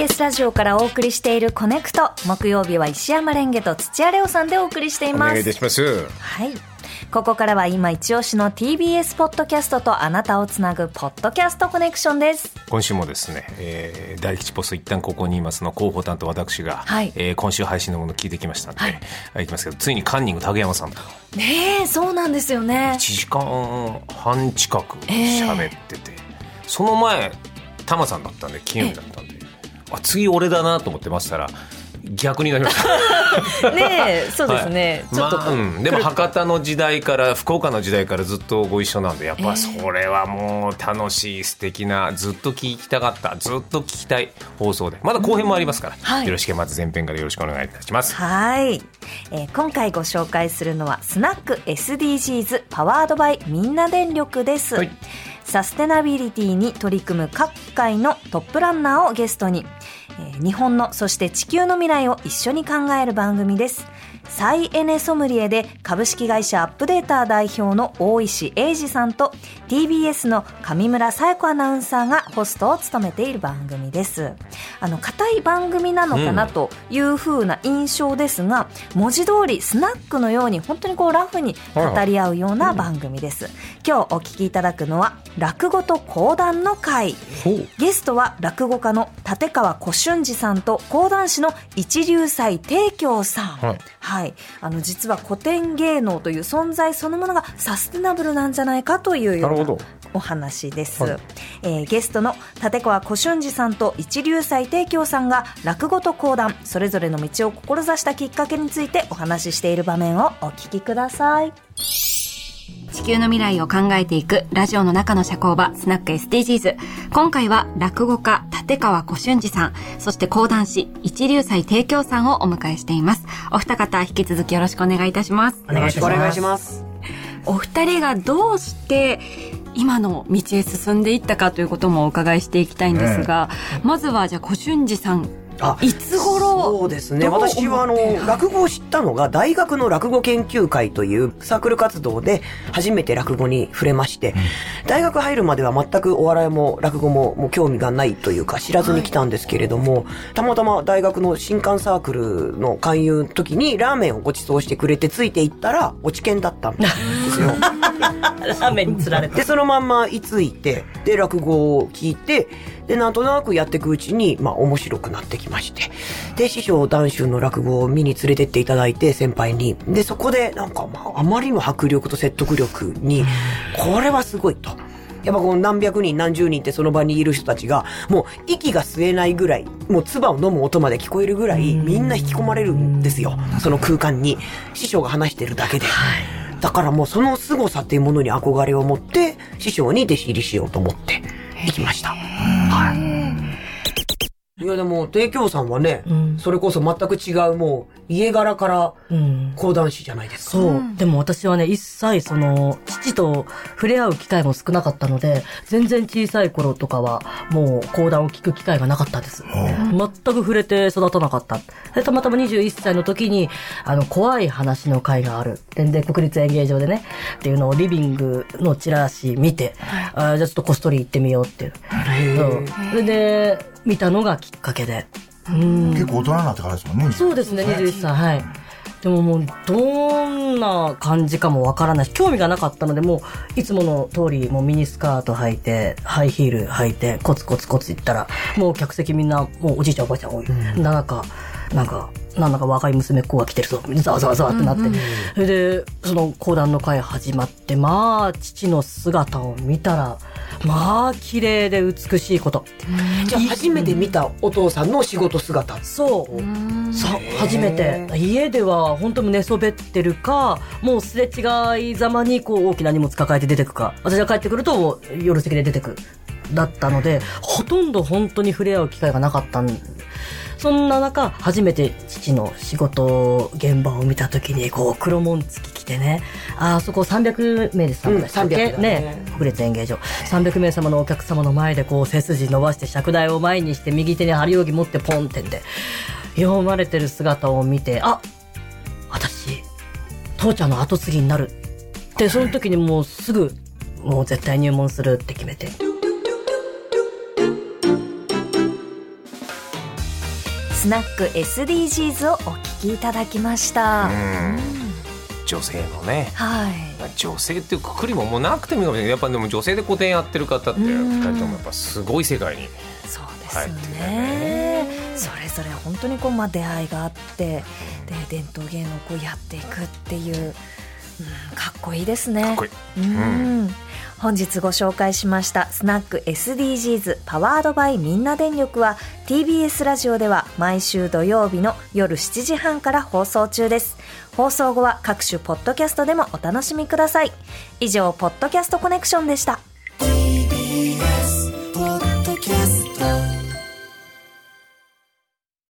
TBS ラジオからお送りしているコネクト、木曜日は石山レンゲと土屋レオさんでお送りしています。 お願いいたします。 はい、ここからは今一押しの TBS ポッドキャストとあなたをつなぐポッドキャストコネクションです。 今週もですね、大吉ポスト一旦ここにいますの広報担当私が、 はい、 今週配信のもの聞いてきましたので、 はい、 いきますけど、ついにカンニング竹山さんとねえ、そうなんですよね。 1時間半近く喋ってて、その前タマさんだったんで金曜日だったんで、次俺だなと思ってましたら逆になりましたねえ、そうですね、ちょっと、 でも博多の時代から福岡の時代からずっとご一緒なんで、やっぱそれはもう楽しい素敵な、ずっと聞きたかった、ずっと聞きたい放送で、まだ後編もありますから、よろしければまず前編からよろしくお願いいたします。 はい、今回ご紹介するのはスナック SDGs パワードバイみんな電力です、サステナビリティに取り組む各界のトップランナーをゲストに、日本のそして地球の未来を一緒に考える番組です。再エネソムリエで株式会社アップデーター代表の大石英二さんと TBS の上村紗友子アナウンサーがホストを務めている番組です。固い番組なのかなという風な印象ですが、文字通りスナックのように本当にこうラフに語り合うような番組です。今日お聞きいただくのは落語と講談の会。ゲストは落語家の立川小春二さんと講談師の一龍斎貞京さん。実は古典芸能という存在そのものがサステナブルなんじゃないかというようなお話です。ゲストの立川小春二さんと一龍斎貞京さんが落語と講談それぞれの道を志したきっかけについてお話ししている場面をお聞きください。 地球の未来を考えていくラジオの中の社交場、スナック SDGs。今回は落語家立川小春二さん、そして講談師一龍斎貞京さんをお迎えしています。お二方引き続きよろしくお願いいたします。 お願いします。 お二人がどうして今の道へ進んでいったかということもお伺いしていきたいんですが、まずはじゃあ小春二さん、いつ頃？ そうですね、私は落語を知ったのが大学の落語研究会というサークル活動で初めて落語に触れまして、大学入るまでは全くお笑いも落語も興味がないというか知らずに来たんですけれども、たまたま大学の新刊サークルの勧誘の時にラーメンをご馳走してくれてついていったら落ち研だったんですよラーメンに釣られて、 でそのまんま居ついて、で落語を聞いて、でなんとなくやっていくうちに面白くなってきまして、で師匠談春の落語を見に連れてっていただいて、先輩に、でそこであまりの迫力と説得力にこれはすごいと、やっぱこの何百人何十人ってその場にいる人たちがもう息が吸えないぐらい、もう唾を飲む音まで聞こえるぐらいみんな引き込まれるんですよ、その空間に師匠が話してるだけで。だからもうその凄さっていうものに憧れを持って師匠に弟子入りしようと思って行きました。いやでも貞京さんはね、それこそ全く違うもう家柄から講談師じゃないですか。 そう。でも私はね、一切父と触れ合う機会も少なかったので、全然小さい頃とかはもう講談を聞く機会がなかったです。全く触れて育たなかった。でたまたま21歳の時に怖い話の会がある。で国立演芸場でねっていうのをリビングのチラシ見て、じゃあちょっとこっそり行ってみようっていう。それで見たのがきっかけで。 結構大人になってからですもんね。 そうですね、21歳。はい。でももうどんな感じかもわからないし、興味がなかったので、もういつもの通りもうミニスカート履いてハイヒール履いてコツコツ行ったら、もう客席みんなもうおじいちゃんおばあちゃん多い。なんか若い娘っ子が来てるぞ、ざわざわざわってなって、それでその講談の会始まって、父の姿を見たら綺麗で美しいこと。 じゃあ初めて見たお父さんの仕事姿。 そう初めて。家では本当に寝そべってるか、もうすれ違いざまにこう大きな荷物抱えて出てくか、私が帰ってくると夜席で出てくだったので、ほとんど本当に触れ合う機会がなかったんで、そんな中初めて父の仕事現場を見た時にこう黒紋付き着てね、そこ300名でしたっけ、ね、国立演芸場300名様のお客様の前でこう背筋伸ばして尺台を前にして右手に張り扇持ってポンってんで読まれてる姿を見て、私父ちゃんの後継ぎになるってその時にもうすぐもう絶対入門するって決めて。 スナック SDGs をお聞きいただきました。 女性のね、 はい、 女性っていうくくりももうなくてもいいかもしれない。やっぱでも女性で個展やってる方って2人ともやっぱすごい世界にそうですよね。それぞれ本当にこう、出会いがあって、で伝統芸能をこうやっていくっていう、かっこいいですね。 かっこいい。 本日ご紹介しましたスナック SDGs パワードバイみんな電力は TBS ラジオでは毎週土曜日の夜7時半から放送中です。放送後は各種ポッドキャストでもお楽しみください。以上、ポッドキャストコネクションでした。